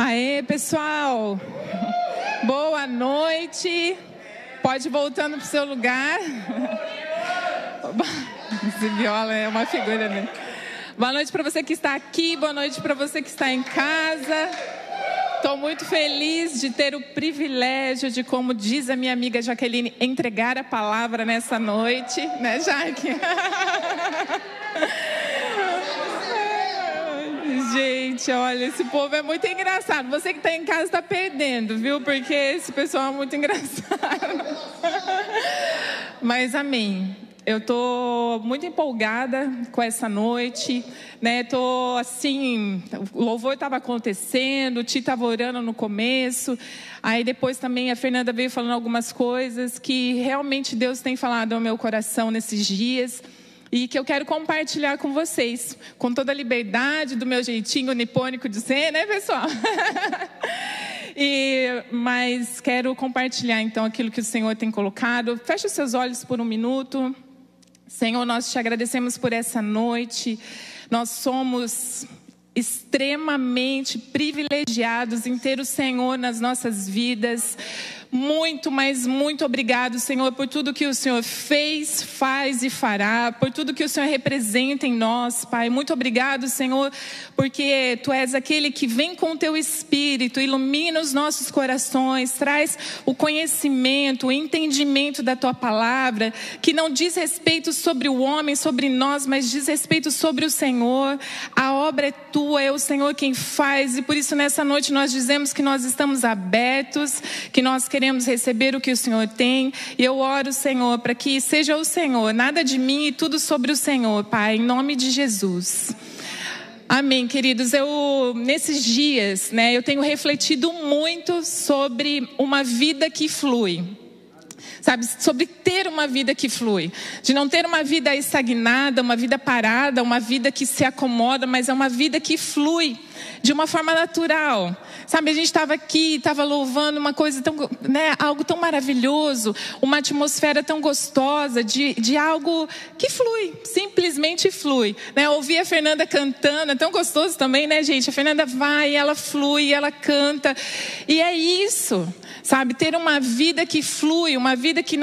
Aê, pessoal! Boa noite! Pode ir voltando para o seu lugar. Esse viola é uma figura, né? Boa noite para você que está aqui, boa noite para você que está em casa. Estou muito feliz de ter o privilégio de, como diz a minha amiga Jaqueline, entregar a palavra nessa noite, né, Jaque? Gente, olha, esse povo é muito engraçado. Você que está em casa está perdendo, viu? Porque esse pessoal é muito engraçado. Mas amém. Eu estou muito empolgada com essa noite, né? Estou assim, o louvor estava acontecendo, o Ti estava orando no começo. Aí depois também a Fernanda veio falando algumas coisas que realmente Deus tem falado ao meu coração nesses dias. E que eu quero compartilhar com vocês, com toda a liberdade do meu jeitinho nipônico de ser, né, pessoal? Mas quero compartilhar, então, aquilo que o Senhor tem colocado. Feche os seus olhos por um minuto. Senhor, nós te agradecemos por essa noite. Nós somos extremamente privilegiados em ter o Senhor nas nossas vidas. Muito, mas muito obrigado, Senhor, por tudo que o Senhor fez, faz e fará, por tudo que o Senhor representa em nós, Pai. Muito obrigado, Senhor, porque Tu és aquele que vem com o Teu Espírito, ilumina os nossos corações, traz o conhecimento, o entendimento da Tua palavra, que não diz respeito sobre o homem, sobre nós, mas diz respeito sobre o Senhor. A obra é Tua, é o Senhor quem faz, e por isso nessa noite nós dizemos que nós estamos abertos, que nós queremos receber o que o Senhor tem. E eu oro, Senhor, para que seja o Senhor, nada de mim e tudo sobre o Senhor, Pai, em nome de Jesus. Amém, queridos. Nesses dias, né, eu tenho refletido muito sobre uma vida que flui. Sabe, sobre ter uma vida que flui, de não ter uma vida estagnada, uma vida parada, uma vida que se acomoda, mas é uma vida que flui de uma forma natural. Sabe, a gente estava aqui, estava louvando uma coisa tão, né, algo tão maravilhoso, uma atmosfera tão gostosa, de algo que flui, simplesmente flui, né? Ouvir a Fernanda cantando, é tão gostoso também, né, gente? A Fernanda vai, ela flui, ela canta, e é isso, sabe? Ter uma vida que flui, uma vida que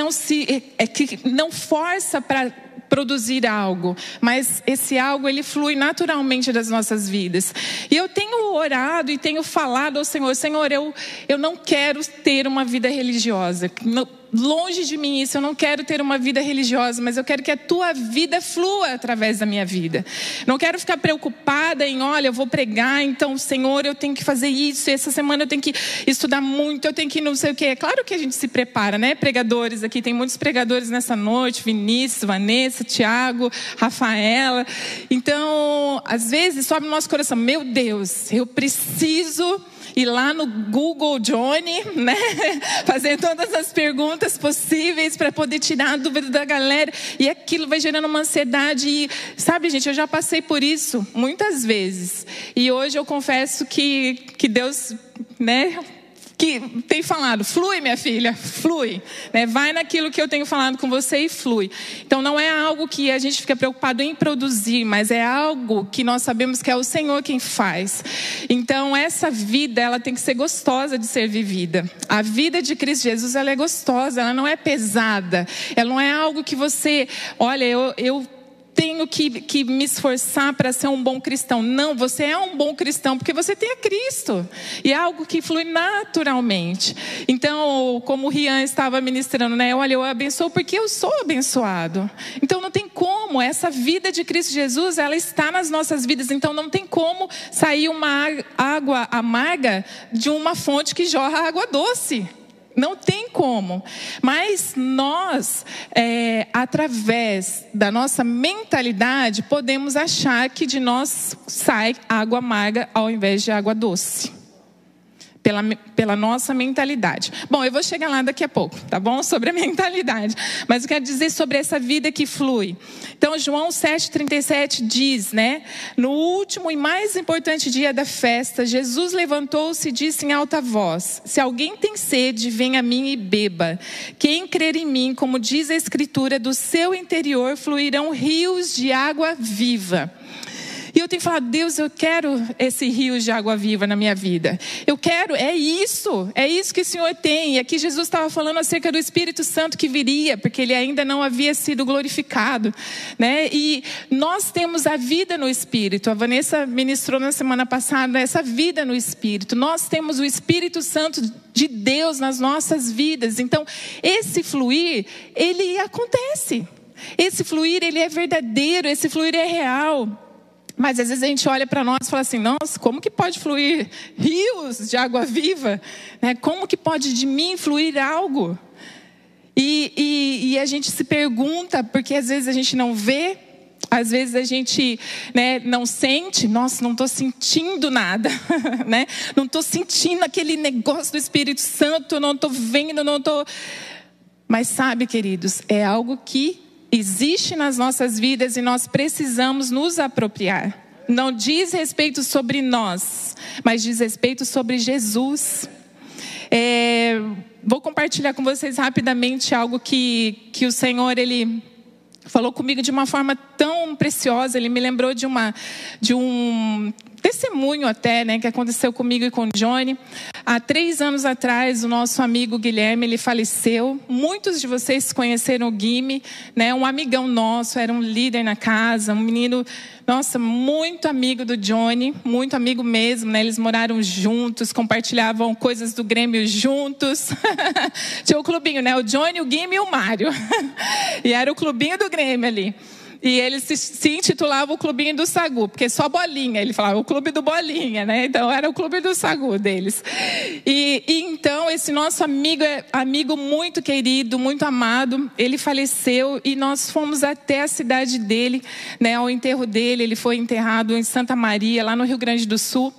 não força para produzir algo, mas esse algo ele flui naturalmente das nossas vidas. E eu tenho orado e tenho falado ao Senhor: Senhor, eu não quero ter uma vida religiosa. Longe de mim isso, eu não quero ter uma vida religiosa, mas eu quero que a Tua vida flua através da minha vida. Não quero ficar preocupada em, olha, eu vou pregar, então, Senhor, eu tenho que fazer isso, essa semana eu tenho que estudar muito, eu tenho que não sei o quê. É claro que a gente se prepara, né? Pregadores aqui, tem muitos pregadores nessa noite, Vinícius, Vanessa, Tiago, Rafaela. Então, às vezes sobe no nosso coração: meu Deus, eu preciso ir lá no Google Johnny, né? Fazer todas as perguntas possíveis para poder tirar a dúvida da galera. E aquilo vai gerando uma ansiedade. E, sabe, gente, eu já passei por isso muitas vezes. E hoje eu confesso que Deus, né, que tem falado: flui, minha filha, flui, né? Vai naquilo que eu tenho falado com você e flui. Então não é algo que a gente fica preocupado em produzir, mas é algo que nós sabemos que é o Senhor quem faz. Então essa vida, ela tem que ser gostosa de ser vivida. A vida de Cristo Jesus, ela é gostosa, ela não é pesada, ela não é algo que você, olha, eu tenho que me esforçar para ser um bom cristão. Não, você é um bom cristão porque você tem a Cristo. E é algo que flui naturalmente. Então, como o Rian estava ministrando, né? Olha, eu abençoo porque eu sou abençoado. Então não tem como, essa vida de Cristo Jesus, ela está nas nossas vidas. Então não tem como sair uma água amarga de uma fonte que jorra água doce. Não tem como. Mas nós, através da nossa mentalidade, podemos achar que de nós sai água amarga ao invés de água doce. Pela nossa mentalidade. Bom, eu vou chegar lá daqui a pouco, tá bom? Sobre a mentalidade. Mas eu quero dizer sobre essa vida que flui. Então, João 7,37 diz, né? No último e mais importante dia da festa, Jesus levantou-se e disse em alta voz: se alguém tem sede, venha a mim e beba. Quem crer em mim, como diz a Escritura, do seu interior fluirão rios de água viva. E E eu tenho falado, Deus, eu quero esse rio de água viva na minha vida. Eu quero, é isso que o Senhor tem. E aqui Jesus estava falando acerca do Espírito Santo que viria, porque ele ainda não havia sido glorificado, né? E nós temos a vida no Espírito. A Vanessa ministrou na semana passada essa vida no Espírito. Nós temos o Espírito Santo de Deus nas nossas vidas. Então, esse fluir, ele acontece. Esse fluir, ele é verdadeiro, esse fluir é real. Mas às vezes a gente olha para nós e fala assim, nossa, como que pode fluir rios de água viva? Né? Como que pode de mim fluir algo? E a gente se pergunta, porque às vezes a gente não vê, às vezes a gente, né, não sente, nossa, não estou sentindo nada, né? Não estou sentindo aquele negócio do Espírito Santo, não estou vendo, não estou... Mas sabe, queridos, é algo que existe nas nossas vidas e nós precisamos nos apropriar. Não diz respeito sobre nós, mas diz respeito sobre Jesus. Vou compartilhar com vocês rapidamente algo que o Senhor, Ele falou comigo de uma forma tão preciosa. Ele me lembrou de um testemunho até, né, que aconteceu comigo e com o Johnny. Há 3 anos atrás, o nosso amigo Guilherme, ele faleceu. Muitos de vocês conheceram o Guime, né, um amigão nosso, era um líder na casa, um menino, nossa, muito amigo do Johnny, muito amigo mesmo, né, eles moraram juntos, compartilhavam coisas do Grêmio juntos. Tinha o clubinho, né, o Johnny, o Guime e o Mário. E era o clubinho do Grêmio ali. E ele se intitulava o Clubinho do Sagu, porque só bolinha, ele falava o Clube do Bolinha, né? Então era o Clube do Sagu deles. E então esse nosso amigo muito querido, muito amado, ele faleceu e nós fomos até a cidade dele, né? Ao enterro dele, ele foi enterrado em Santa Maria, lá no Rio Grande do Sul.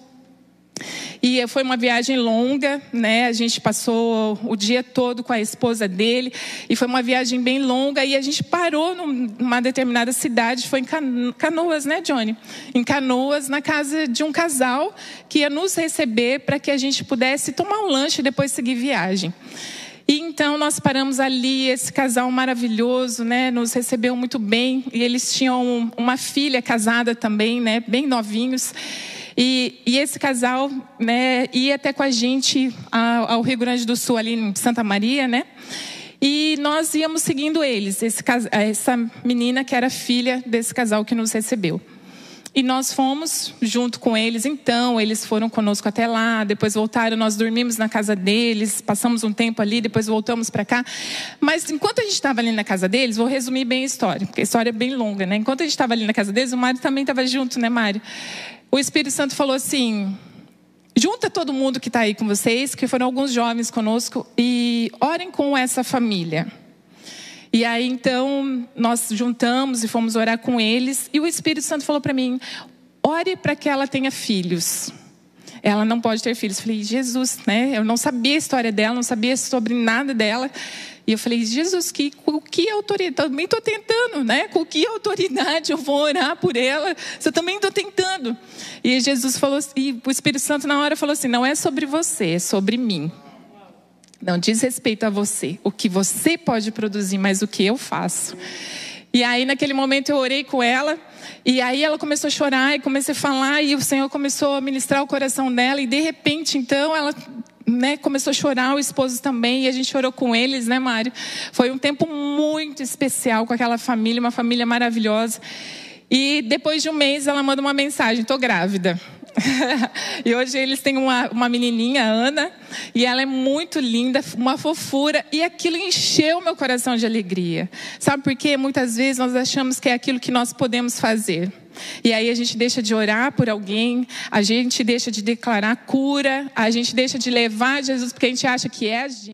E foi uma viagem longa, né? A gente passou o dia todo com a esposa dele. E foi uma viagem bem longa. E a gente parou numa determinada cidade. Foi em Canoas, né, Johnny? Em Canoas, na casa de um casal que ia nos receber para que a gente pudesse tomar um lanche e depois seguir viagem. E então nós paramos ali, esse casal maravilhoso, né, nos recebeu muito bem. E eles tinham uma filha casada também, né, bem novinhos. E esse casal, né, ia até com a gente ao Rio Grande do Sul, ali em Santa Maria, né? E nós íamos seguindo eles, essa menina que era filha desse casal que nos recebeu. E nós fomos junto com eles, então, eles foram conosco até lá, depois voltaram, nós dormimos na casa deles, passamos um tempo ali, depois voltamos para cá. Mas enquanto a gente estava ali na casa deles, vou resumir bem a história, porque a história é bem longa, né? Enquanto a gente estava ali na casa deles, o Mário também estava junto, né, Mário? O Espírito Santo falou assim, junta todo mundo que está aí com vocês, que foram alguns jovens conosco, e orem com essa família. E aí, então, nós juntamos e fomos orar com eles. E o Espírito Santo falou para mim, ore para que ela tenha filhos. Ela não pode ter filhos. Eu falei, Jesus, né? Eu não sabia a história dela, não sabia sobre nada dela. E eu falei, Jesus, com que autoridade? Também estou tentando, né? Com que autoridade eu vou orar por ela? Eu também estou tentando. E Jesus falou, e o Espírito Santo na hora falou assim, não é sobre você, é sobre mim. Não diz respeito a você, o que você pode produzir, mas o que eu faço. E aí naquele momento eu orei com ela, e aí ela começou a chorar, e comecei a falar, e o Senhor começou a ministrar o coração dela, e de repente então ela, né, começou a chorar, o esposo também, e a gente orou com eles, né, Mário? Foi um tempo muito especial com aquela família, uma família maravilhosa. E depois de um mês ela manda uma mensagem, estou grávida. E hoje eles têm uma menininha, Ana, e ela é muito linda, uma fofura, e aquilo encheu meu coração de alegria. Sabe por quê? Muitas vezes nós achamos que é aquilo que nós podemos fazer. E aí a gente deixa de orar por alguém, a gente deixa de declarar cura, a gente deixa de levar Jesus porque a gente acha que é a gente.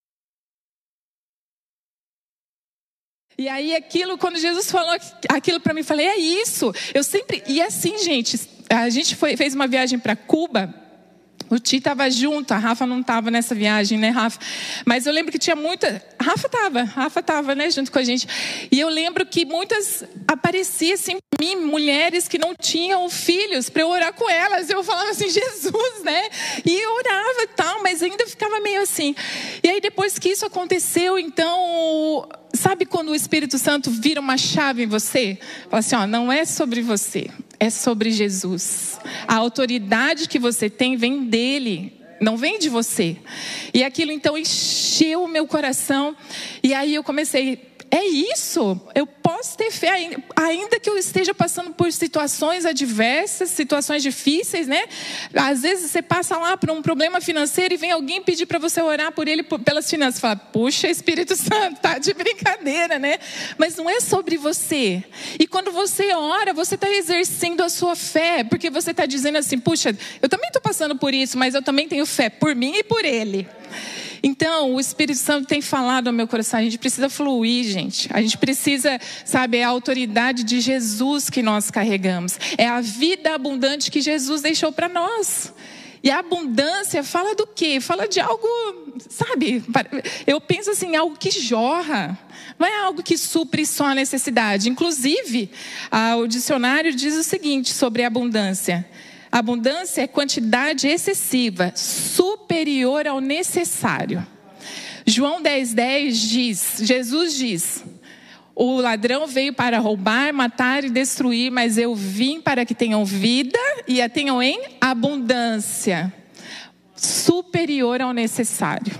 E aí aquilo, quando Jesus falou aquilo para mim, eu falei, é isso. Eu sempre, e assim, gente, a gente fez uma viagem para Cuba. O Ti estava junto, a Rafa não estava nessa viagem, né, Rafa? Mas eu lembro que tinha muita... Rafa estava, né, junto com a gente. E eu lembro que muitas apareciam assim para mim, mulheres que não tinham filhos, para eu orar com elas. Eu falava assim, Jesus, né? E eu orava e tal, mas ainda ficava meio assim. E aí depois que isso aconteceu, então... Sabe quando o Espírito Santo vira uma chave em você? Fala assim, ó, não é sobre você, é sobre Jesus. A autoridade que você tem vem dele, não vem de você. E aquilo então encheu o meu coração. E aí eu comecei, é isso, eu posso ter fé, ainda que eu esteja passando por situações adversas, situações difíceis, né? Às vezes você passa lá por um problema financeiro e vem alguém pedir para você orar por ele, pelas finanças. Fala, puxa, Espírito Santo, tá de brincadeira, né? Mas não é sobre você. E quando você ora, você está exercendo a sua fé, porque você está dizendo assim, puxa, eu também estou passando por isso, mas eu também tenho fé por mim e por ele. Então, o Espírito Santo tem falado ao meu coração, a gente precisa fluir, gente. A gente precisa, sabe, é a autoridade de Jesus que nós carregamos. É a vida abundante que Jesus deixou para nós. E a abundância fala do quê? Fala de algo, sabe, eu penso assim, algo que jorra. Não é algo que supre só a necessidade. Inclusive, o dicionário diz o seguinte sobre a abundância. Abundância é quantidade excessiva, superior ao necessário. João 10:10 diz, Jesus diz, o ladrão veio para roubar, matar e destruir, mas eu vim para que tenham vida e a tenham em abundância. Superior ao necessário.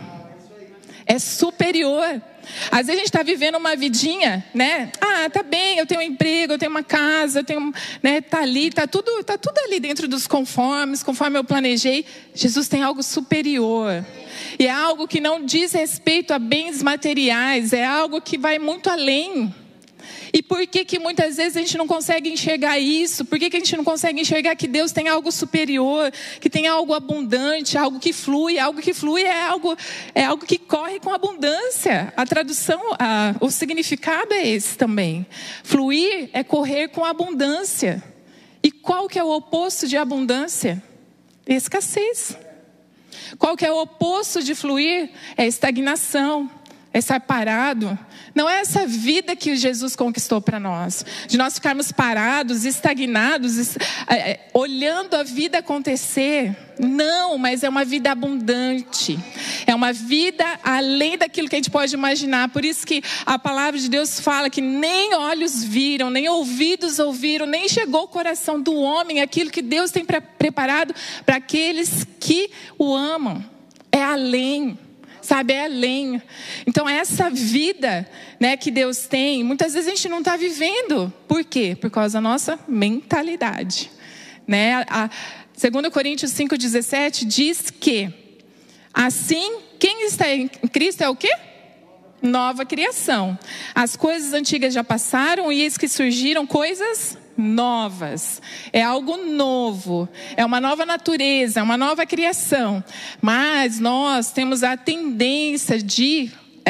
É superior. Às vezes a gente está vivendo uma vidinha, né? Ah, tá bem, eu tenho um emprego, eu tenho uma casa, eu tenho, né? Tá ali, tá tudo ali dentro dos conformes, conforme eu planejei. Jesus tem algo superior. E é algo que não diz respeito a bens materiais, é algo que vai muito além. E por que muitas vezes a gente não consegue enxergar isso? Por que a gente não consegue enxergar que Deus tem algo superior, que tem algo abundante, algo que flui? Algo que flui é algo que corre com abundância. A tradução, o significado é esse também. Fluir é correr com abundância. E qual que é o oposto de abundância? Escassez. Qual que é o oposto de fluir? É estagnação. É estar parado. Não é essa vida que Jesus conquistou para nós. De nós ficarmos parados, estagnados, olhando a vida acontecer. Não, mas é uma vida abundante. É uma vida além daquilo que a gente pode imaginar. Por isso que a palavra de Deus fala que nem olhos viram, nem ouvidos ouviram, nem chegou ao coração do homem aquilo que Deus tem preparado para aqueles que o amam. É além. Sabe, é além. Então essa vida, né, que Deus tem, muitas vezes a gente não está vivendo. Por quê? Por causa da nossa mentalidade, né? 2 Coríntios 5,17 diz que assim, quem está em Cristo é o quê? Nova criação. As coisas antigas já passaram e eis que surgiram coisas novas. É algo novo. É uma nova natureza, é uma nova criação. Mas nós temos a tendência de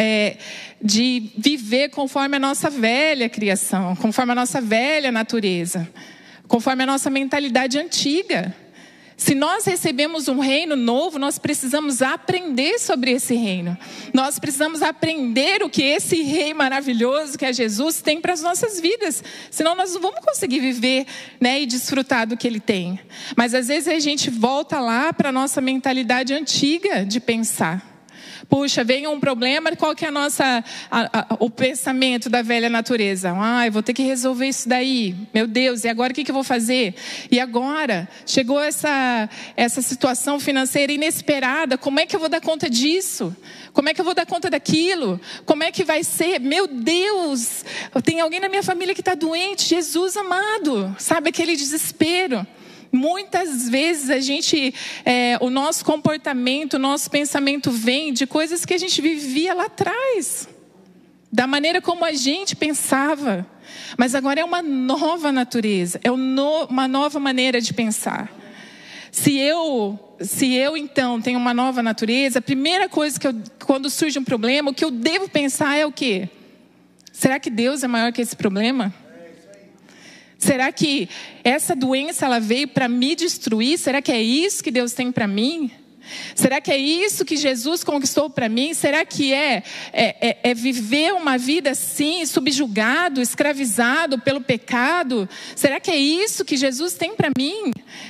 viver conforme a nossa velha criação, conforme a nossa velha natureza, conforme a nossa mentalidade antiga. Se nós recebemos um reino novo, nós precisamos aprender sobre esse reino. Nós precisamos aprender o que esse rei maravilhoso, que é Jesus, tem para as nossas vidas. Senão nós não vamos conseguir viver, né, e desfrutar do que ele tem. Mas às vezes a gente volta lá para a nossa mentalidade antiga de pensar. Puxa, vem um problema, qual que é o pensamento da velha natureza? Eu vou ter que resolver isso daí. Meu Deus, e agora o que eu vou fazer? E agora, chegou essa situação financeira inesperada, como é que eu vou dar conta disso? Como é que eu vou dar conta daquilo? Como é que vai ser? Meu Deus, tem alguém na minha família que está doente, Jesus amado, sabe aquele desespero? Muitas vezes o nosso comportamento, o nosso pensamento vem de coisas que a gente vivia lá atrás. Da maneira como a gente pensava. Mas agora é uma nova natureza, é uma nova maneira de pensar. Se eu então tenho uma nova natureza, a primeira coisa quando surge um problema, o que eu devo pensar é o quê? Será que Deus é maior que esse problema? Será que essa doença ela veio para me destruir? Será que é isso que Deus tem para mim? Será que é isso que Jesus conquistou para mim? Será que é viver uma vida assim, subjugado, escravizado pelo pecado? Será que é isso que Jesus tem para mim?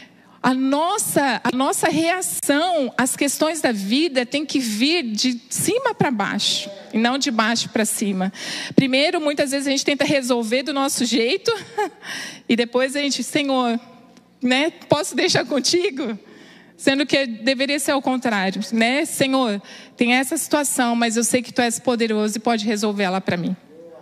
a nossa reação às questões da vida tem que vir de cima para baixo, e não de baixo para cima. Primeiro, muitas vezes a gente tenta resolver do nosso jeito, e depois a gente, Senhor, né, posso deixar contigo? Sendo que deveria ser ao contrário, né? Senhor, tem essa situação, mas eu sei que Tu és poderoso e pode resolver ela para mim.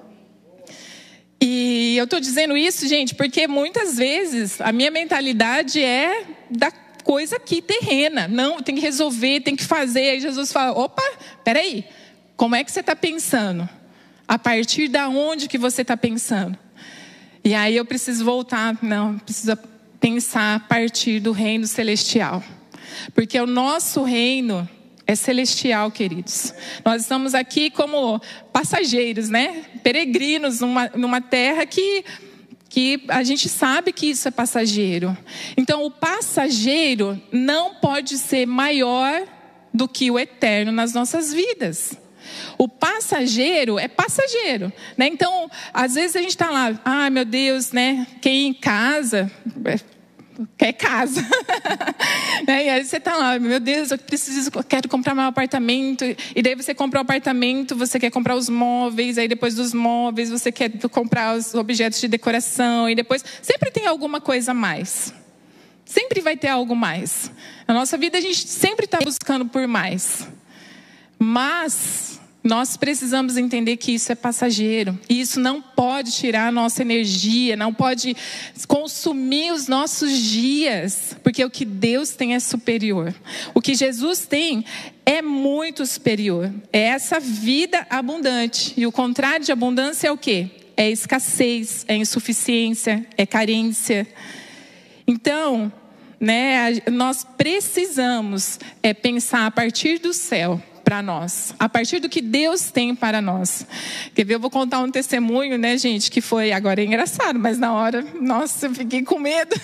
E eu estou dizendo isso, gente, porque muitas vezes a minha mentalidade é da coisa aqui terrena. Não, tem que resolver, tem que fazer. Aí Jesus fala, opa, peraí, como é que você está pensando? A partir de onde que você está pensando? E aí eu preciso voltar, não, preciso pensar a partir do reino celestial. Porque o nosso reino é celestial, queridos. Nós estamos aqui como passageiros, né? Peregrinos numa terra que a gente sabe que isso é passageiro. Então, o passageiro não pode ser maior do que o eterno nas nossas vidas. O passageiro é passageiro, né? Então, às vezes a gente está lá, ai meu Deus, né? Quem em casa quer casa. E aí você está lá, meu Deus, eu quero comprar meu apartamento. E daí você compra o apartamento, você quer comprar os móveis. Aí depois dos móveis você quer comprar os objetos de decoração. E depois sempre tem alguma coisa a mais. Sempre vai ter algo mais. Na nossa vida a gente sempre está buscando por mais. Mas nós precisamos entender que isso é passageiro. E isso não pode tirar a nossa energia, não pode consumir os nossos dias. Porque o que Deus tem é superior. O que Jesus tem é muito superior. É essa vida abundante. E o contrário de abundância é o quê? É escassez, é insuficiência, é carência. Então, né, nós precisamos pensar a partir do céu. Para nós, a partir do que Deus tem para nós. Quer ver? Eu vou contar um testemunho, né, gente, que foi, agora é engraçado, mas na hora, nossa, eu fiquei com medo.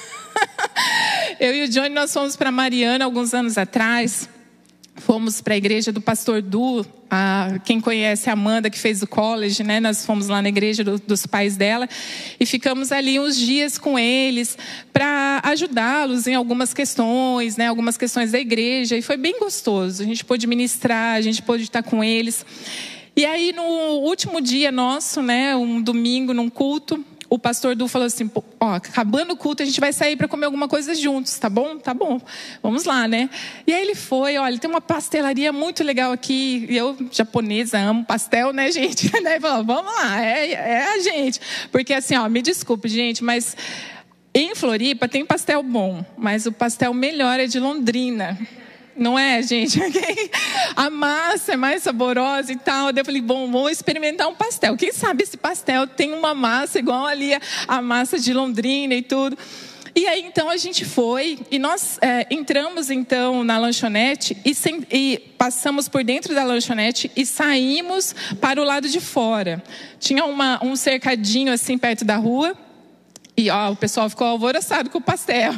Eu e o Johnny, nós fomos para Mariana alguns anos atrás. Fomos para a igreja do pastor Du, quem conhece a Amanda, que fez o college, né? Nós fomos lá na igreja dos pais dela e ficamos ali uns dias com eles para ajudá-los em algumas questões, né? Algumas questões da igreja, e foi bem gostoso. A gente pôde ministrar, a gente pôde estar com eles. E aí no último dia nosso, né? Um domingo num culto, o pastor Du falou assim, ó, acabando o culto, a gente vai sair para comer alguma coisa juntos, tá bom? Tá bom, vamos lá, né? E aí ele foi, olha, tem uma pastelaria muito legal aqui, e eu, japonesa, amo pastel, né, gente? Daí falou, vamos lá, é a gente. Porque assim, ó, me desculpe, gente, mas em Floripa tem pastel bom, mas o pastel melhor é de Londrina. Não é, gente? A massa é mais saborosa e tal. Daí eu falei, bom, vou experimentar um pastel. Quem sabe esse pastel tem uma massa igual ali a massa de Londrina e tudo. E aí, então, a gente foi. E nós entramos, então, na lanchonete e passamos por dentro da lanchonete e saímos para o lado de fora. Tinha um cercadinho, assim, perto da rua. E ó, o pessoal ficou alvoroçado com o pastel.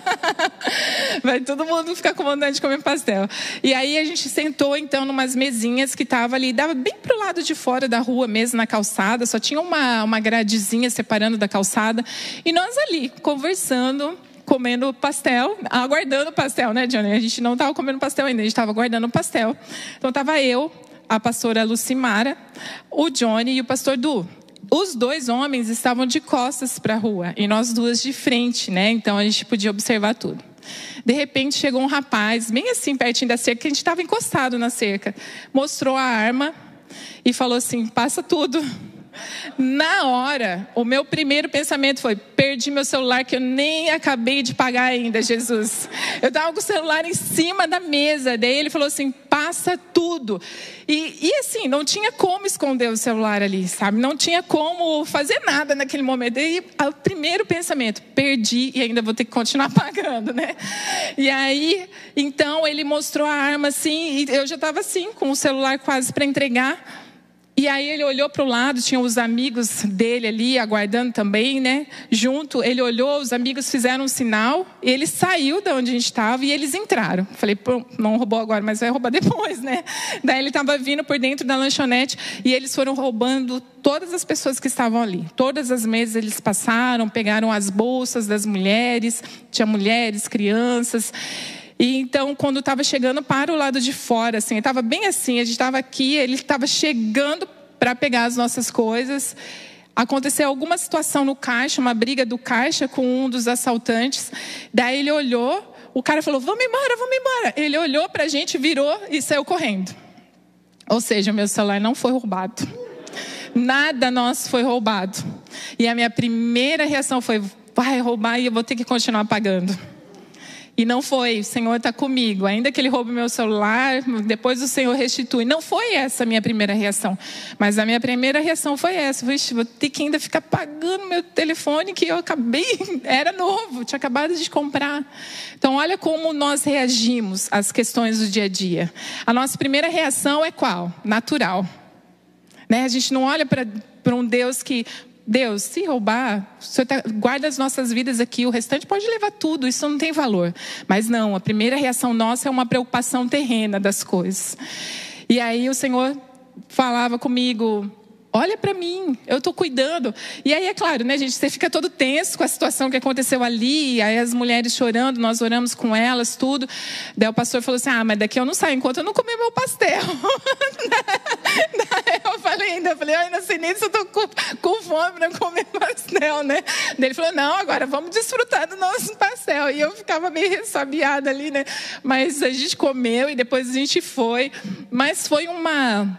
Vai todo mundo ficar com vontade de comer pastel. E aí a gente sentou, então, numas mesinhas que estavam ali, dava bem pro lado de fora da rua mesmo, na calçada. Só tinha uma gradezinha separando da calçada. E nós ali, conversando, comendo pastel, aguardando o pastel, né, Johnny? A gente não estava comendo pastel ainda, a gente estava aguardando o pastel. Então estava eu, a pastora Lucimara, o Johnny e o pastor Du. Os dois homens estavam de costas para a rua e nós duas de frente, né? Então a gente podia observar tudo. De repente chegou um rapaz, bem assim pertinho da cerca, que a gente estava encostado na cerca. Mostrou a arma e falou assim, passa tudo. Na hora, o meu primeiro pensamento foi, perdi meu celular que eu nem acabei de pagar ainda, Jesus. Eu estava com o celular em cima da mesa, daí ele falou assim, passa tudo. E assim, não tinha como esconder o celular ali, sabe? Não tinha como fazer nada naquele momento. Daí o primeiro pensamento, perdi e ainda vou ter que continuar pagando, né? E aí, então ele mostrou a arma assim, e eu já estava assim, com o celular quase para entregar. E aí ele olhou para o lado, tinha os amigos dele ali, aguardando também, né? Junto, ele olhou, os amigos fizeram um sinal, ele saiu de onde a gente estava e eles entraram. Falei, pô, não roubou agora, mas vai roubar depois, né? Daí ele estava vindo por dentro da lanchonete e eles foram roubando todas as pessoas que estavam ali. Todas as mesas eles passaram, pegaram as bolsas das mulheres, tinha mulheres, crianças. E então, quando estava chegando para o lado de fora, assim, estava bem assim, a gente estava aqui, ele estava chegando para pegar as nossas coisas. Aconteceu alguma situação no caixa, uma briga do caixa com um dos assaltantes. Daí ele olhou, o cara falou, vamos embora, vamos embora. Ele olhou para a gente, virou e saiu correndo. Ou seja, o meu celular não foi roubado. Nada nosso foi roubado. E a minha primeira reação foi, vai roubar e eu vou ter que continuar pagando. E não foi, o Senhor está comigo. Ainda que ele roube meu celular, depois o Senhor restitui. Não foi essa a minha primeira reação. Mas a minha primeira reação foi essa. Vixe, vou ter que ainda ficar pagando meu telefone que eu acabei, era novo, tinha acabado de comprar. Então olha como nós reagimos às questões do dia a dia. A nossa primeira reação é qual? Natural. Né? A gente não olha para um Deus que... Deus, se roubar, o Senhor guarda as nossas vidas aqui, o restante pode levar tudo, isso não tem valor. Mas não, a primeira reação nossa é uma preocupação terrena das coisas. E aí o Senhor falava comigo, olha para mim, eu estou cuidando. E aí é claro, né, gente, você fica todo tenso com a situação que aconteceu ali, aí as mulheres chorando, nós oramos com elas, tudo. Daí o pastor falou assim, mas daqui eu não saio enquanto eu não comer meu pastel. Daí eu falei, não sei nem se eu estou com fome para comer pastel, né? Daí ele falou, não, agora vamos desfrutar do nosso pastel. E eu ficava meio ressabiada ali, né? Mas a gente comeu e depois a gente foi. Mas foi uma...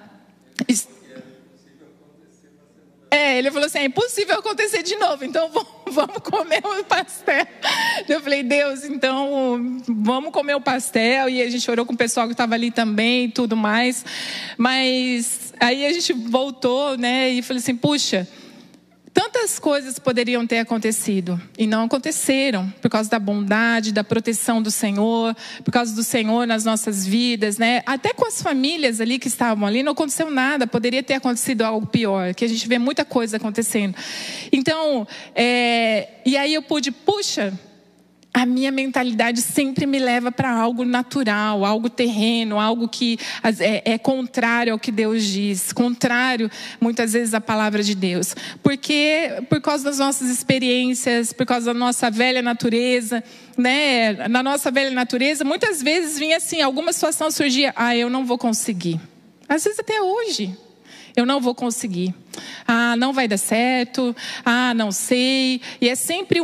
ele falou assim, é impossível acontecer de novo, então vamos comer o pastel. Eu falei, Deus, então vamos comer o pastel. E a gente orou com o pessoal que estava ali também e tudo mais. Mas aí a gente voltou, né, e falei assim, puxa, tantas coisas poderiam ter acontecido e não aconteceram por causa da bondade, da proteção do Senhor, por causa do Senhor nas nossas vidas, né? Até com as famílias ali que estavam ali não aconteceu nada, poderia ter acontecido algo pior, que a gente vê muita coisa acontecendo. Então, e aí eu pude, puxa, a minha mentalidade sempre me leva para algo natural, algo terreno, algo que é contrário ao que Deus diz, contrário, muitas vezes, à palavra de Deus. Porque, por causa das nossas experiências, por causa da nossa velha natureza, né? Na nossa velha natureza, muitas vezes vinha assim, alguma situação surgia, eu não vou conseguir. Às vezes até hoje. Eu não vou conseguir. Não vai dar certo. Não sei. E é sempre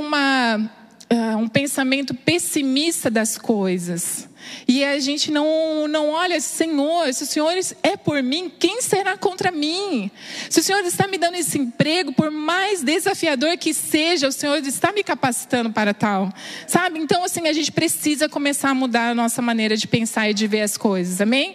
um pensamento pessimista das coisas. E a gente não olha, Senhor, se o Senhor é por mim, quem será contra mim? Se o Senhor está me dando esse emprego, por mais desafiador que seja, o Senhor está me capacitando para tal. Sabe? Então, assim, a gente precisa começar a mudar a nossa maneira de pensar e de ver as coisas. Amém?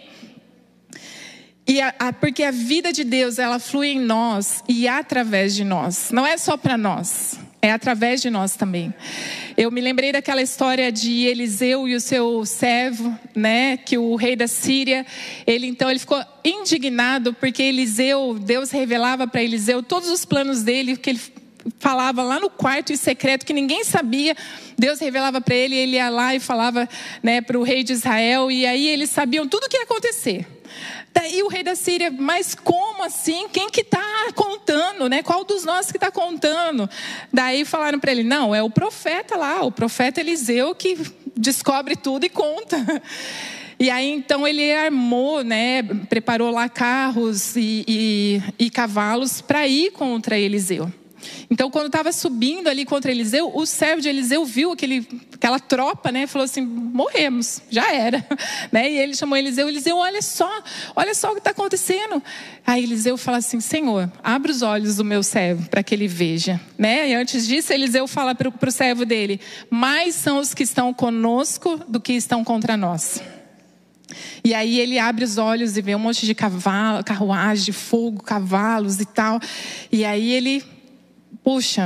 E porque a vida de Deus, ela flui em nós e através de nós. Não é só para nós. É através de nós também. Eu me lembrei daquela história de Eliseu e o seu servo, né? Que o rei da Síria, ele ficou indignado porque Eliseu, Deus revelava para Eliseu todos os planos dele, que ele falava lá no quarto em secreto, que ninguém sabia. Deus revelava para ele, ele ia lá e falava, né, para o rei de Israel, e aí eles sabiam tudo o que ia acontecer. Daí o rei da Síria, mas como assim? Quem que está contando, né? Qual dos nós que está contando? Daí falaram para ele, não, é o profeta lá, o profeta Eliseu que descobre tudo e conta. E aí então ele armou, né? Preparou lá carros e cavalos para ir contra Eliseu. Então, quando estava subindo ali contra Eliseu, o servo de Eliseu viu aquela tropa, né? Falou assim, morremos, já era. Né? E ele chamou Eliseu, olha só o que está acontecendo. Aí Eliseu fala assim, Senhor, abre os olhos do meu servo para que ele veja. Né? E antes disso, Eliseu fala para o servo dele, mais são os que estão conosco do que estão contra nós. E aí ele abre os olhos e vê um monte de carruagem, fogo, cavalos e tal. E aí ele... puxa,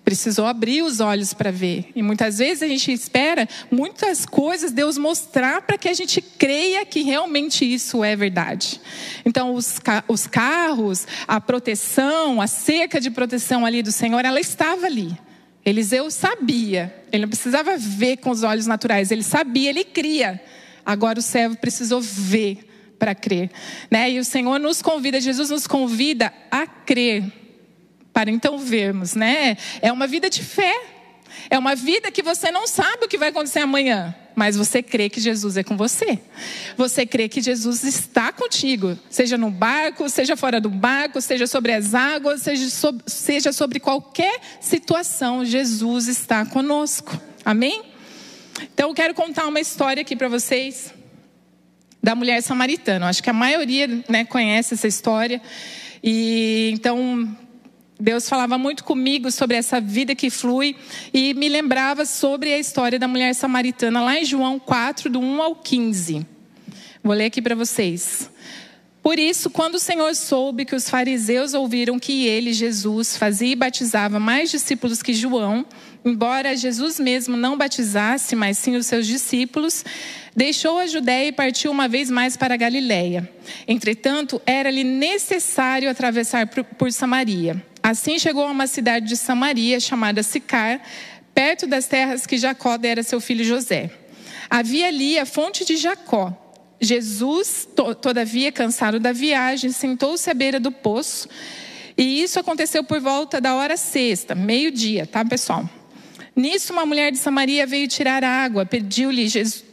Precisou abrir os olhos para ver. E muitas vezes a gente espera muitas coisas Deus mostrar para que a gente creia que realmente isso é verdade. Então, os carros, a proteção, a cerca de proteção ali do Senhor, ela estava ali. Eliseu sabia. Ele não precisava ver com os olhos naturais. Ele sabia, ele cria. Agora o servo precisou ver para crer, né? E o Senhor nos convida, Jesus nos convida a crer, para então vermos, né? É uma vida de fé. É uma vida que você não sabe o que vai acontecer amanhã, mas você crê que Jesus é com você. Você crê que Jesus está contigo, seja no barco, seja fora do barco, seja sobre as águas, seja sobre qualquer situação, Jesus está conosco. Amém? Então eu quero contar uma história aqui para vocês da mulher samaritana. Acho que a maioria, né, conhece essa história. E então Deus falava muito comigo sobre essa vida que flui e me lembrava sobre a história da mulher samaritana lá em João 4, do 1 ao 15. Vou ler aqui para vocês. Por isso, quando o Senhor soube que os fariseus ouviram que ele, Jesus, fazia e batizava mais discípulos que João, embora Jesus mesmo não batizasse, mas sim os seus discípulos, deixou a Judéia e partiu uma vez mais para a Galiléia. Entretanto, era-lhe necessário atravessar por Samaria. Assim chegou a uma cidade de Samaria, chamada Sicar, perto das terras que Jacó dera a seu filho José. Havia ali a fonte de Jacó. Jesus, todavia, cansado da viagem, sentou-se à beira do poço. E isso aconteceu por volta da hora sexta, meio-dia, tá, pessoal? Nisso, uma mulher de Samaria veio tirar água. Pediu-lhe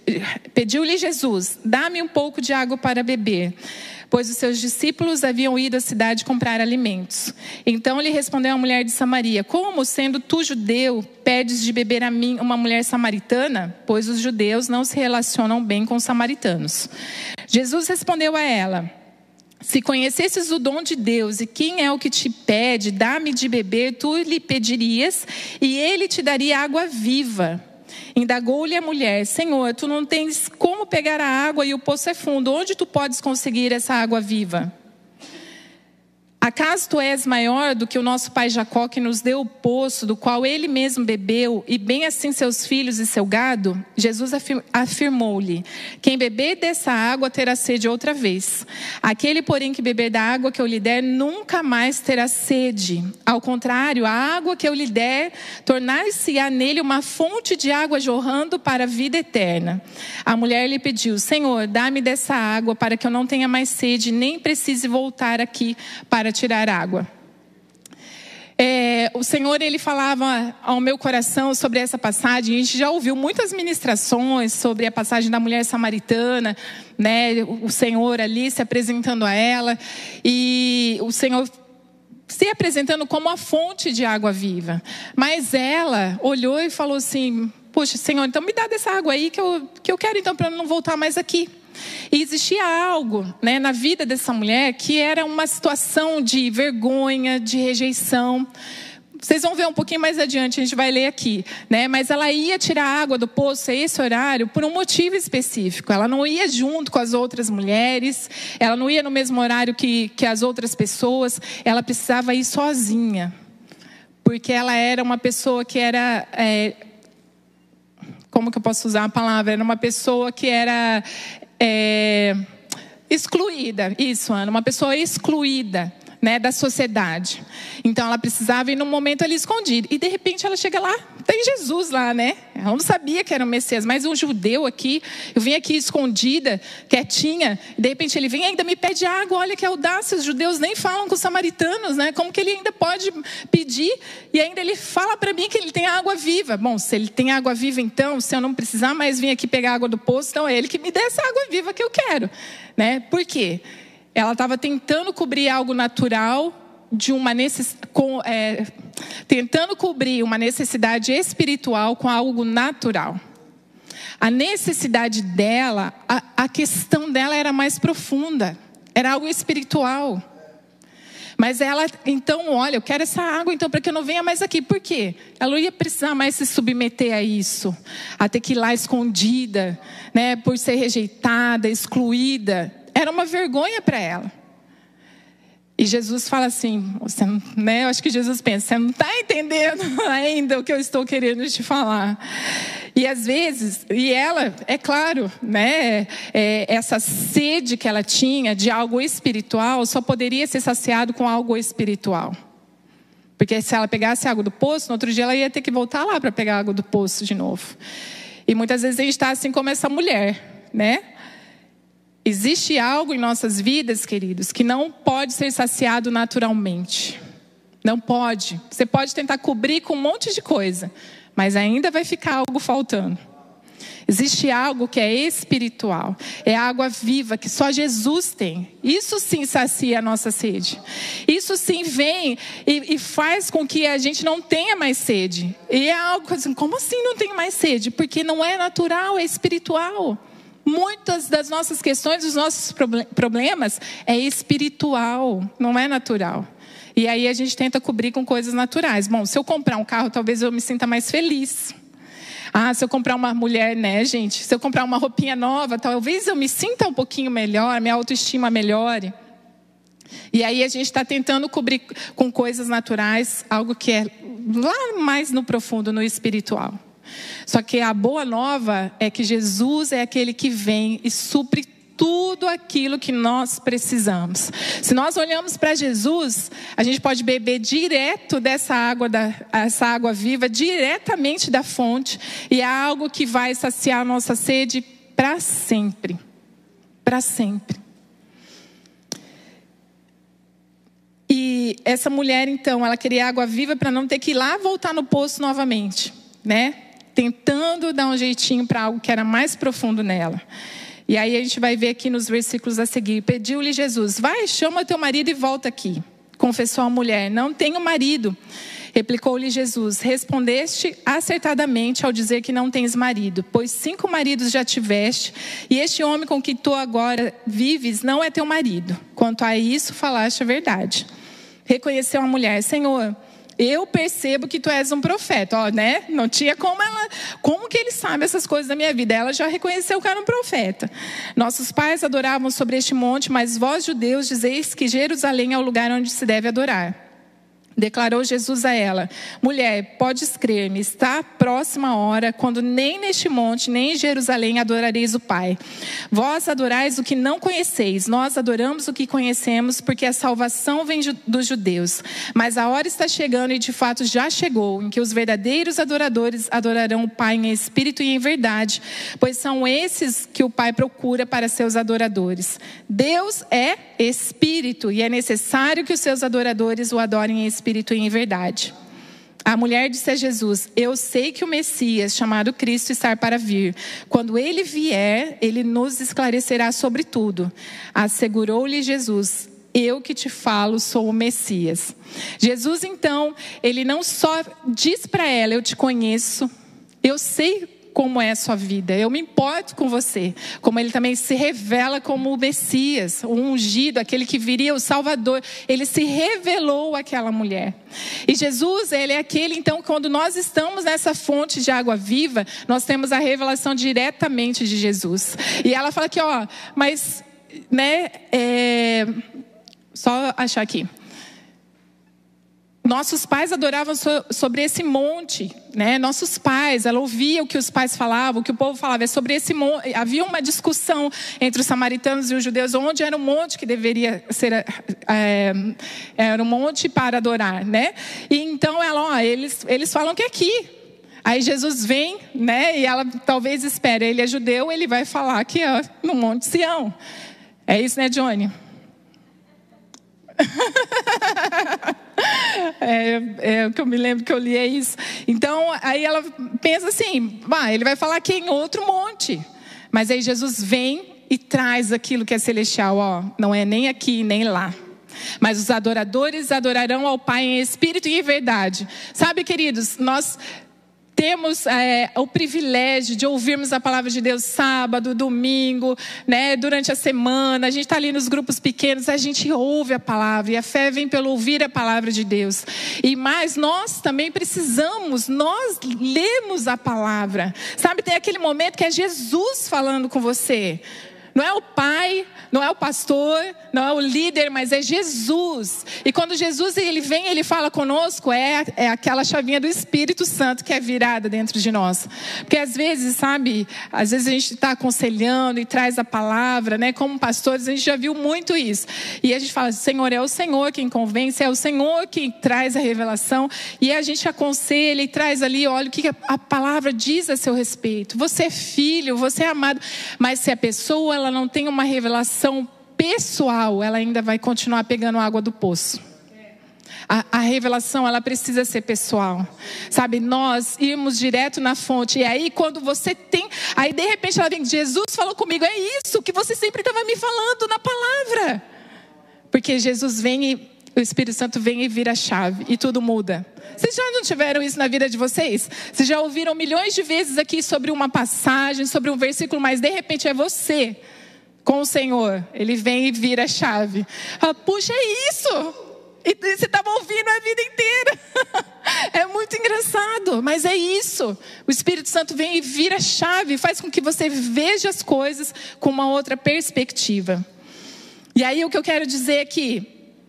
Jesus, dá-me um pouco de água para beber, pois os seus discípulos haviam ido à cidade comprar alimentos. Então lhe respondeu a mulher de Samaria: como, sendo tu judeu, pedes de beber a mim, uma mulher samaritana? Pois os judeus não se relacionam bem com os samaritanos. Jesus respondeu a ela: se conhecesses o dom de Deus e quem é o que te pede, dá-me de beber, tu lhe pedirias e ele te daria água viva. Indagou-lhe a mulher: Senhor, tu não tens como pegar a água e o poço é fundo. Onde tu podes conseguir essa água viva? Acaso tu és maior do que o nosso pai Jacó, que nos deu o poço, do qual ele mesmo bebeu, e bem assim seus filhos e seu gado? Jesus afirmou-lhe: quem beber dessa água terá sede outra vez. Aquele, porém, que beber da água que eu lhe der, nunca mais terá sede. Ao contrário, a água que eu lhe der, tornar-se-á nele uma fonte de água jorrando para a vida eterna. A mulher lhe pediu: Senhor, dá-me dessa água, para que eu não tenha mais sede, nem precise voltar aqui para tirar água. O Senhor, ele falava ao meu coração sobre essa passagem. A gente já ouviu muitas ministrações sobre a passagem da mulher samaritana, né? O Senhor ali se apresentando a ela e o Senhor se apresentando como a fonte de água viva. Mas ela olhou e falou assim: puxa, Senhor, então me dá dessa água aí que eu quero, então, para eu não voltar mais aqui. E existia algo, né, na vida dessa mulher que era uma situação de vergonha, de rejeição. Vocês vão ver um pouquinho mais adiante, a gente vai ler aqui, né? Mas ela ia tirar água do poço a esse horário por um motivo específico. Ela não ia junto com as outras mulheres, ela não ia no mesmo horário que as outras pessoas, ela precisava ir sozinha. Porque ela era uma pessoa que era... como que eu posso usar a palavra? Era uma pessoa que era... excluída, isso, Ana, uma pessoa excluída, né, da sociedade. Então ela precisava ir num momento ali escondido. E de repente ela chega lá, tem Jesus lá, né? Ela não sabia que era o Messias, mas um judeu aqui, eu vim aqui escondida, quietinha, e de repente ele vem e ainda me pede água. Olha que audácia, os judeus nem falam com os samaritanos, né? Como que ele ainda pode pedir? E ainda ele fala para mim que ele tem água viva. Bom, se ele tem água viva, então, se eu não precisar mais vir aqui pegar água do poço, então é ele que me dê essa água viva que eu quero, né? Por quê? Ela estava tentando cobrir algo natural tentando cobrir uma necessidade espiritual com algo natural. A necessidade dela, a questão dela era mais profunda, era algo espiritual. Mas ela, então, olha, eu quero essa água, então, para que eu não venha mais aqui. Por quê? Ela não ia precisar mais se submeter a isso, a ter que ir lá escondida, né, por ser rejeitada, excluída. Era uma vergonha para ela. E Jesus fala assim, você não, né? Eu acho que Jesus pensa, você não está entendendo ainda o que eu estou querendo te falar. E às vezes, e ela, é claro, né? Essa sede que ela tinha de algo espiritual só poderia ser saciado com algo espiritual. Porque se ela pegasse água do poço, no outro dia ela ia ter que voltar lá para pegar água do poço de novo. E muitas vezes a gente está assim como essa mulher, né? Existe algo em nossas vidas, queridos, que não pode ser saciado naturalmente. Não pode. Você pode tentar cobrir com um monte de coisa, mas ainda vai ficar algo faltando. Existe algo que é espiritual. É a água viva que só Jesus tem. Isso sim sacia a nossa sede. Isso sim vem e faz com que a gente não tenha mais sede. E é algo assim, como assim não tenho mais sede? Porque não é natural, é espiritual. Muitas das nossas questões, dos nossos problemas, é espiritual, não é natural. E aí a gente tenta cobrir com coisas naturais. Bom, se eu comprar um carro, talvez eu me sinta mais feliz. Se eu comprar uma mulher, né, gente? Se eu comprar uma roupinha nova, talvez eu me sinta um pouquinho melhor, minha autoestima melhore. E aí a gente está tentando cobrir com coisas naturais, algo que é lá mais no profundo, no espiritual. Só que a boa nova é que Jesus é aquele que vem e supre tudo aquilo que nós precisamos. Se nós olhamos para Jesus, a gente pode beber direto dessa água, essa água viva, diretamente da fonte. E é algo que vai saciar a nossa sede para sempre. Para sempre. E essa mulher, então, ela queria água viva para não ter que ir lá voltar no poço novamente, né? Tentando dar um jeitinho para algo que era mais profundo nela. E aí a gente vai ver aqui nos versículos a seguir. Pediu-lhe Jesus, vai, chama teu marido e volta aqui. Confessou a mulher, não tenho marido. Replicou-lhe Jesus, respondeste acertadamente ao dizer que não tens marido, pois 5 maridos já tiveste, e este homem com que tu agora vives não é teu marido. Quanto a isso, falaste a verdade. Reconheceu a mulher, Senhor, eu percebo que tu és um profeta, né? Não tinha como que ele sabe essas coisas da minha vida? Ela já reconheceu que era um profeta. Nossos pais adoravam sobre este monte, mas vós, judeus, dizeis que Jerusalém é o lugar onde se deve adorar. Declarou Jesus a ela, mulher, podes crer-me, está próxima a hora, quando nem neste monte, nem em Jerusalém adorareis o Pai. Vós adorais o que não conheceis, nós adoramos o que conhecemos, porque a salvação vem dos judeus. Mas a hora está chegando, e de fato já chegou, em que os verdadeiros adoradores adorarão o Pai em espírito e em verdade, pois são esses que o Pai procura para seus adoradores. Deus é espírito, e é necessário que os seus adoradores o adorem em espírito e em verdade. A mulher disse a Jesus, eu sei que o Messias, chamado Cristo, está para vir. Quando ele vier, ele nos esclarecerá sobre tudo. Assegurou-lhe Jesus, eu que te falo sou o Messias. Jesus, então, ele não só diz para ela, eu te conheço, eu sei como é a sua vida, eu me importo com você, como ele também se revela como o Messias, o ungido, aquele que viria, o Salvador. Ele se revelou àquela mulher. E Jesus, ele é aquele, então, quando nós estamos nessa fonte de água viva, nós temos a revelação diretamente de Jesus. E ela fala aqui, mas, né, só achar aqui. Nossos pais adoravam sobre esse monte, né? Nossos pais, ela ouvia o que os pais falavam, o que o povo falava. É sobre esse monte. Havia uma discussão entre os samaritanos e os judeus, onde era o monte que deveria ser, era um monte para adorar, né? E então eles falam que é aqui. Aí Jesus vem, né? E ela talvez espere, ele é judeu, ele vai falar que é no Monte Sião. É isso, né, Johnny? É o que eu me lembro que eu li, é isso. Então, aí ela pensa assim, ele vai falar aqui em outro monte. Mas aí Jesus vem e traz aquilo que é celestial, não é nem aqui, nem lá. Mas os adoradores adorarão ao Pai em espírito e em verdade. Sabe, queridos, nós temos o privilégio de ouvirmos a palavra de Deus sábado, domingo, né, durante a semana. A gente está ali nos grupos pequenos, a gente ouve a palavra. E a fé vem pelo ouvir a palavra de Deus. E mais, nós também precisamos, nós lemos a palavra. Sabe, tem aquele momento que é Jesus falando com você. Não é o pai, não é o pastor, não é o líder, mas é Jesus. E quando Jesus ele vem, ele fala conosco, é aquela chavinha do Espírito Santo que é virada dentro de nós. Porque às vezes, sabe, às vezes a gente está aconselhando e traz a palavra, né? Como pastores, a gente já viu muito isso. E a gente fala, Senhor, é o Senhor quem convence, é o Senhor quem traz a revelação. E a gente aconselha e traz ali, olha o que a palavra diz a seu respeito. Você é filho, você é amado. Mas se a pessoa ela não tem uma revelação pessoal, ela ainda vai continuar pegando água do poço. A revelação, ela precisa ser pessoal. Sabe, nós irmos direto na fonte. E aí, quando você tem... Aí, de repente, ela vem, Jesus falou comigo, é isso que você sempre estava me falando na palavra. Porque Jesus vem e o Espírito Santo vem e vira a chave. E tudo muda. Vocês já não tiveram isso na vida de vocês? Vocês já ouviram milhões de vezes aqui sobre uma passagem, sobre um versículo, mas de repente é você com o Senhor. Ele vem e vira a chave. Fala, puxa, é isso! E você estava ouvindo a vida inteira. É muito engraçado, mas é isso. O Espírito Santo vem e vira a chave, faz com que você veja as coisas com uma outra perspectiva. E aí o que eu quero dizer é que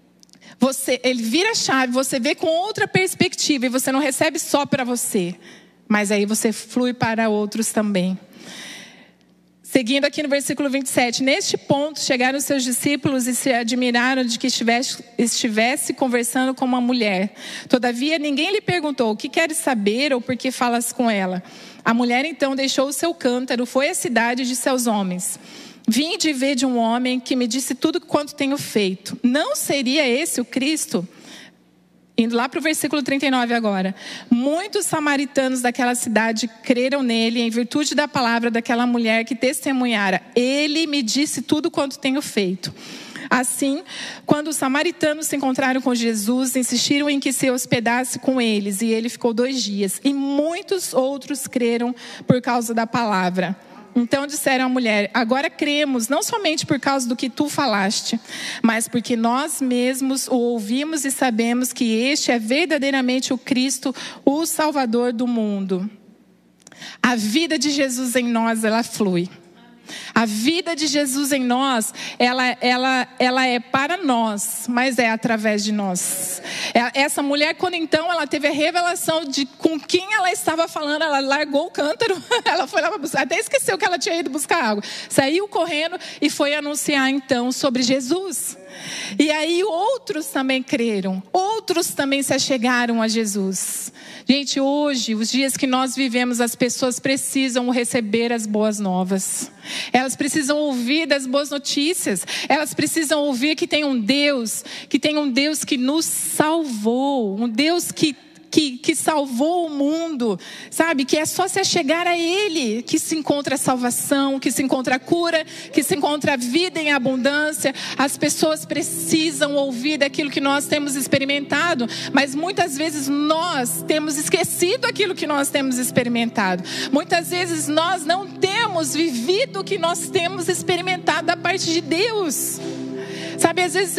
ele vira a chave, você vê com outra perspectiva e você não recebe só para você, mas aí você flui para outros também. Seguindo aqui no versículo 27, neste ponto chegaram os seus discípulos e se admiraram de que estivesse conversando com uma mulher. Todavia ninguém lhe perguntou, o que queres saber ou por que falas com ela? A mulher então deixou o seu cântaro, foi à cidade e disse aos homens, vinde ver de um homem que me disse tudo quanto tenho feito. Não seria esse o Cristo? Indo lá para o versículo 39 agora. Muitos samaritanos daquela cidade creram nele em virtude da palavra daquela mulher que testemunhara. Ele me disse tudo quanto tenho feito. Assim, quando os samaritanos se encontraram com Jesus, insistiram em que se hospedasse com eles. E ele ficou 2 dias. E muitos outros creram por causa da palavra. Então disseram à mulher, agora cremos, não somente por causa do que tu falaste, mas porque nós mesmos o ouvimos e sabemos que este é verdadeiramente o Cristo, o Salvador do mundo. A vida de Jesus em nós, ela flui. A vida de Jesus em nós, ela é para nós, mas é através de nós. Essa mulher, quando então ela teve a revelação de com quem ela estava falando, ela largou o cântaro, ela foi lá para buscar, até esqueceu que ela tinha ido buscar água. Saiu correndo e foi anunciar então sobre Jesus. E aí outros também creram, outros também se achegaram a Jesus. Gente, hoje, os dias que nós vivemos, as pessoas precisam receber as boas novas. Elas precisam ouvir das boas notícias. Elas precisam ouvir que tem um Deus que nos salvou, um Deus que salvou o mundo, sabe? Que é só se achegar a Ele que se encontra a salvação, que se encontra a cura, que se encontra a vida em abundância. As pessoas precisam ouvir daquilo que nós temos experimentado, mas muitas vezes nós temos esquecido aquilo que nós temos experimentado. Muitas vezes nós não temos vivido o que nós temos experimentado da parte de Deus. Sabe, às vezes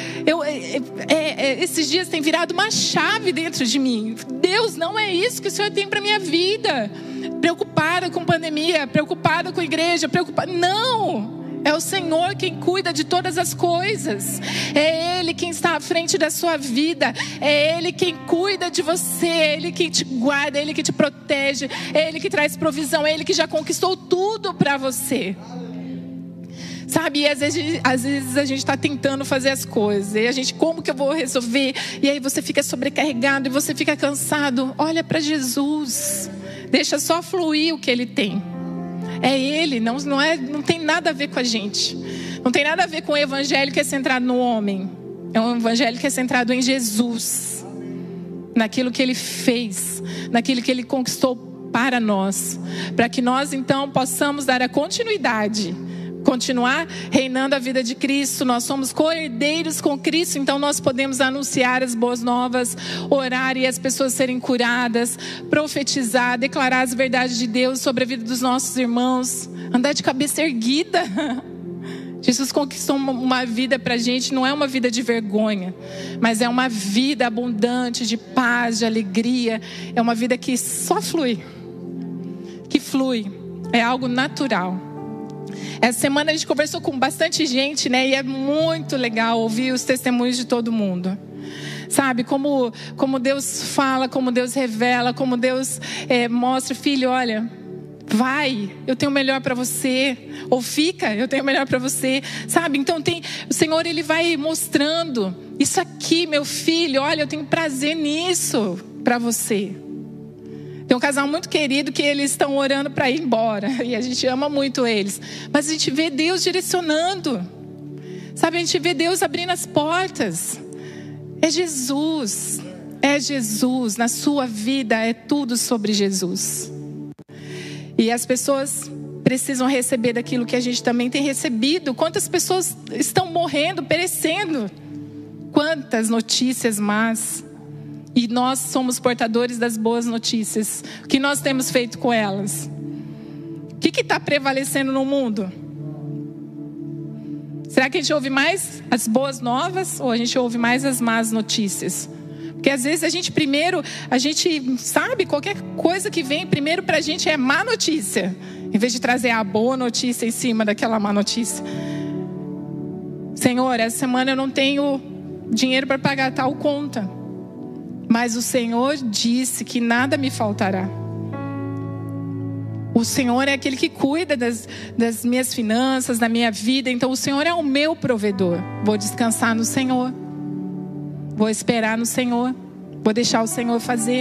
esses dias tem virado uma chave dentro de mim. Deus, não é isso que o Senhor tem para minha vida. Preocupada com pandemia, preocupada com igreja, não. É o Senhor quem cuida de todas as coisas. É Ele quem está à frente da sua vida. É Ele quem cuida de você. É Ele quem te guarda, é Ele que te protege. É Ele que traz provisão, é Ele que já conquistou tudo para você. Sabe, e às vezes a gente está tentando fazer as coisas. E a gente, como que eu vou resolver? E aí você fica sobrecarregado e você fica cansado. Olha para Jesus. Deixa só fluir o que Ele tem. É Ele, não tem nada a ver com a gente. Não tem nada a ver com o evangelho que é centrado no homem. É um evangelho que é centrado em Jesus. Naquilo que Ele fez. Naquilo que Ele conquistou para nós. Para que nós então possamos dar a continuidade. Continuar reinando a vida de Cristo. Nós somos co-herdeiros com Cristo, então nós podemos anunciar as boas novas, orar e as pessoas serem curadas, profetizar, declarar as verdades de Deus sobre a vida dos nossos irmãos, andar de cabeça erguida. Jesus conquistou uma vida pra gente, não é uma vida de vergonha, mas é uma vida abundante de paz, de alegria. É uma vida que só flui, que flui, é algo natural. Essa semana a gente conversou com bastante gente, né? E é muito legal ouvir os testemunhos de todo mundo. Sabe, como Deus fala, como Deus revela, como Deus mostra, filho, olha, vai, eu tenho o melhor para você. Ou fica, eu tenho o melhor para você. Sabe, então o Senhor, Ele vai mostrando. Isso aqui, meu filho, olha, eu tenho prazer nisso para você. Tem um casal muito querido que eles estão orando para ir embora. E a gente ama muito eles. Mas a gente vê Deus direcionando. Sabe, a gente vê Deus abrindo as portas. É Jesus. É Jesus. Na sua vida é tudo sobre Jesus. E as pessoas precisam receber daquilo que a gente também tem recebido. Quantas pessoas estão morrendo, perecendo. Quantas notícias más. E nós somos portadores das boas notícias. O que nós temos feito com elas? O que está prevalecendo no mundo? Será que a gente ouve mais as boas novas ou a gente ouve mais as más notícias? Porque às vezes a gente sabe, qualquer coisa que vem primeiro para a gente é má notícia, em vez de trazer a boa notícia em cima daquela má notícia. Senhor, essa semana eu não tenho dinheiro para pagar tal conta. Mas o Senhor disse que nada me faltará. O Senhor é aquele que cuida das minhas finanças, da minha vida. Então o Senhor é o meu provedor. Vou descansar no Senhor. Vou esperar no Senhor. Vou deixar o Senhor fazer.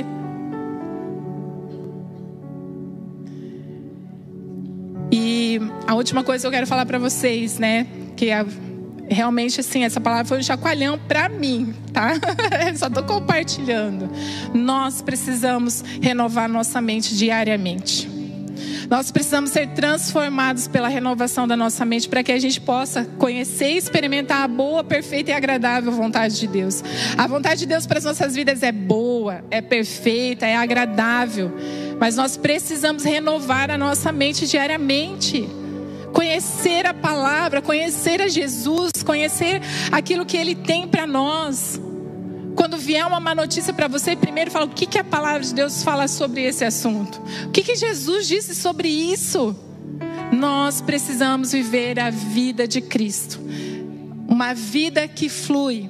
E a última coisa que eu quero falar para vocês, né? Que realmente, assim, essa palavra foi um chacoalhão para mim, tá? Só estou compartilhando. Nós precisamos renovar nossa mente diariamente. Nós precisamos ser transformados pela renovação da nossa mente para que a gente possa conhecer e experimentar a boa, perfeita e agradável vontade de Deus. A vontade de Deus para as nossas vidas é boa, é perfeita, é agradável. Mas nós precisamos renovar a nossa mente diariamente. Conhecer a palavra, conhecer a Jesus, conhecer aquilo que Ele tem para nós. Quando vier uma má notícia para você, primeiro fala o que a palavra de Deus fala sobre esse assunto. O que Jesus disse sobre isso? Nós precisamos viver a vida de Cristo. Uma vida que flui.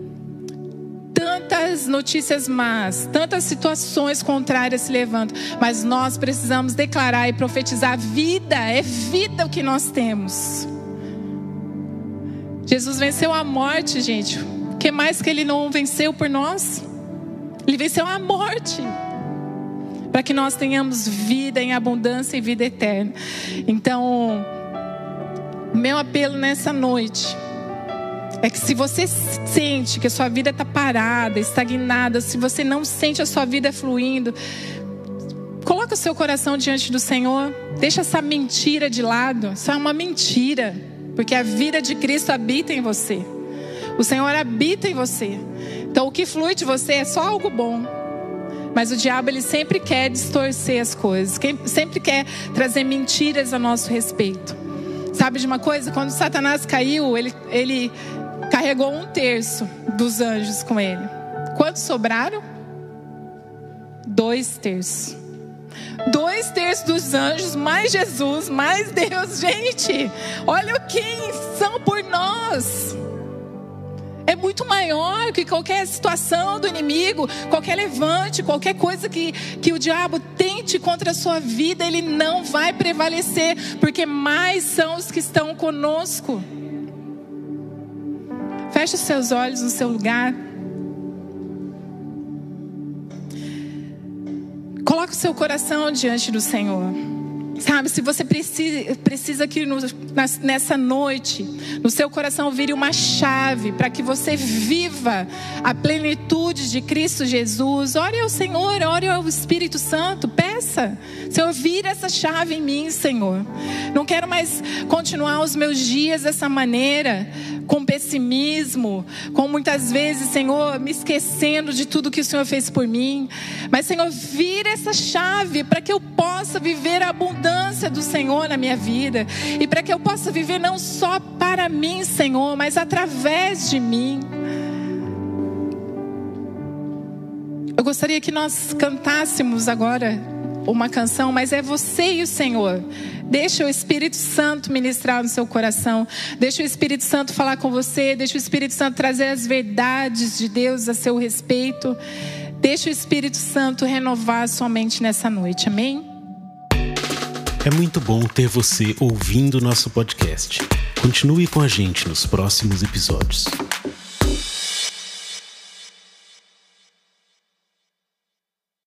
Tantas notícias más, tantas situações contrárias se levantam, mas nós precisamos declarar e profetizar vida. É vida o que nós temos. Jesus venceu a morte, gente. O que mais que Ele não venceu por nós? Ele venceu a morte, para que nós tenhamos vida em abundância e vida eterna. Então, o meu apelo nessa noite é que se você sente que a sua vida está parada, estagnada, se você não sente a sua vida fluindo, coloca o seu coração diante do Senhor. Deixa essa mentira de lado. Isso é uma mentira, porque a vida de Cristo habita em você. O Senhor habita em você. Então o que flui de você é só algo bom. Mas o diabo, ele sempre quer distorcer as coisas, sempre quer trazer mentiras a nosso respeito. Sabe de uma coisa? Quando Satanás caiu, ele carregou 1/3 dos anjos com ele. Quantos sobraram? 2/3. 2/3 dos anjos, mais Jesus, mais Deus. Gente, olha quem são por nós. É muito maior que qualquer situação do inimigo, qualquer levante, qualquer coisa que o diabo tente contra a sua vida. Ele não vai prevalecer, porque mais são os que estão conosco. Feche os seus olhos no seu lugar. Coloque o seu coração diante do Senhor. Sabe, se você precisa que nessa noite, no seu coração vire uma chave para que você viva a plenitude de Cristo Jesus, ore ao Senhor, ore ao Espírito Santo, peça: Senhor, vira essa chave em mim, Senhor. Não quero mais continuar os meus dias dessa maneira, com pessimismo, com muitas vezes, Senhor, me esquecendo de tudo que o Senhor fez por mim. Mas, Senhor, vira essa chave para que eu possa viver a abundância do Senhor na minha vida, e para que eu possa viver não só para mim, Senhor, mas através de mim. Eu gostaria que nós cantássemos agora uma canção, mas é você e o Senhor. Deixa o Espírito Santo ministrar no seu coração. Deixa o Espírito Santo falar com você. Deixa o Espírito Santo trazer as verdades de Deus a seu respeito. Deixa o Espírito Santo renovar a sua mente nessa noite. Amém? É muito bom ter você ouvindo nosso podcast. Continue com a gente nos próximos episódios.